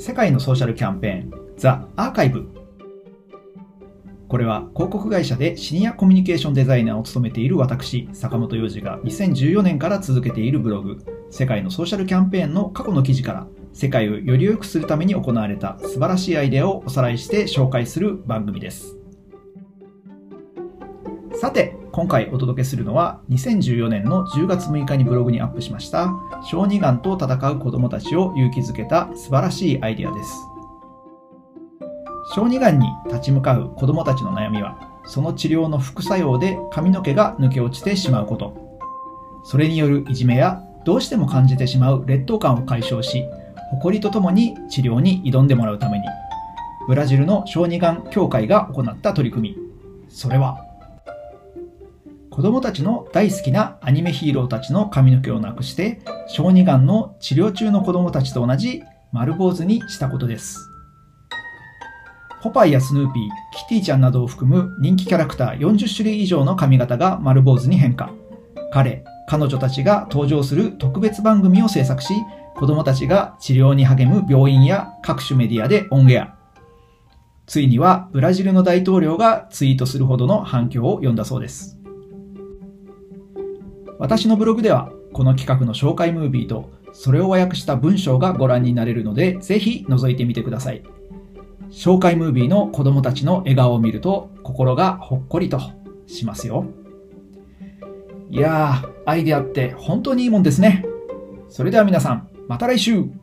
世界のソーシャルキャンペーン、ザ・アーカイブ。これは広告会社でシニアコミュニケーションデザイナーを務めている私、坂本洋二が2014年から続けているブログ、世界のソーシャルキャンペーンの過去の記事から、世界をより良くするために行われた素晴らしいアイデアをおさらいして紹介する番組です。さて、今回お届けするのは2014年の10月6日にブログにアップしました小児がんと闘う子どもたちを勇気づけた素晴らしいアイデアです。小児がんに立ち向かう子どもたちの悩みは、その治療の副作用で髪の毛が抜け落ちてしまうこと、それによるいじめやどうしても感じてしまう劣等感を解消し、誇りとともに治療に挑んでもらうために、ブラジルの小児がん協会が行った取り組み、それは子供たちの大好きなアニメヒーローたちの髪の毛をなくして、小児がんの治療中の子供たちと同じ丸坊主にしたことです。ポパイやスヌーピー、キティちゃんなどを含む人気キャラクター40種類以上の髪型が丸坊主に変化。彼女たちが登場する特別番組を制作し、子供たちが治療に励む病院や各種メディアでオンエア。ついにはブラジルの大統領がツイートするほどの反響を呼んだそうです。私のブログではこの企画の紹介ムービーとそれを和訳した文章がご覧になれるので、ぜひ覗いてみてください。紹介ムービーの子供たちの笑顔を見ると心がほっこりとしますよ。いやー、アイデアって本当にいいもんですね。それでは皆さん、また来週。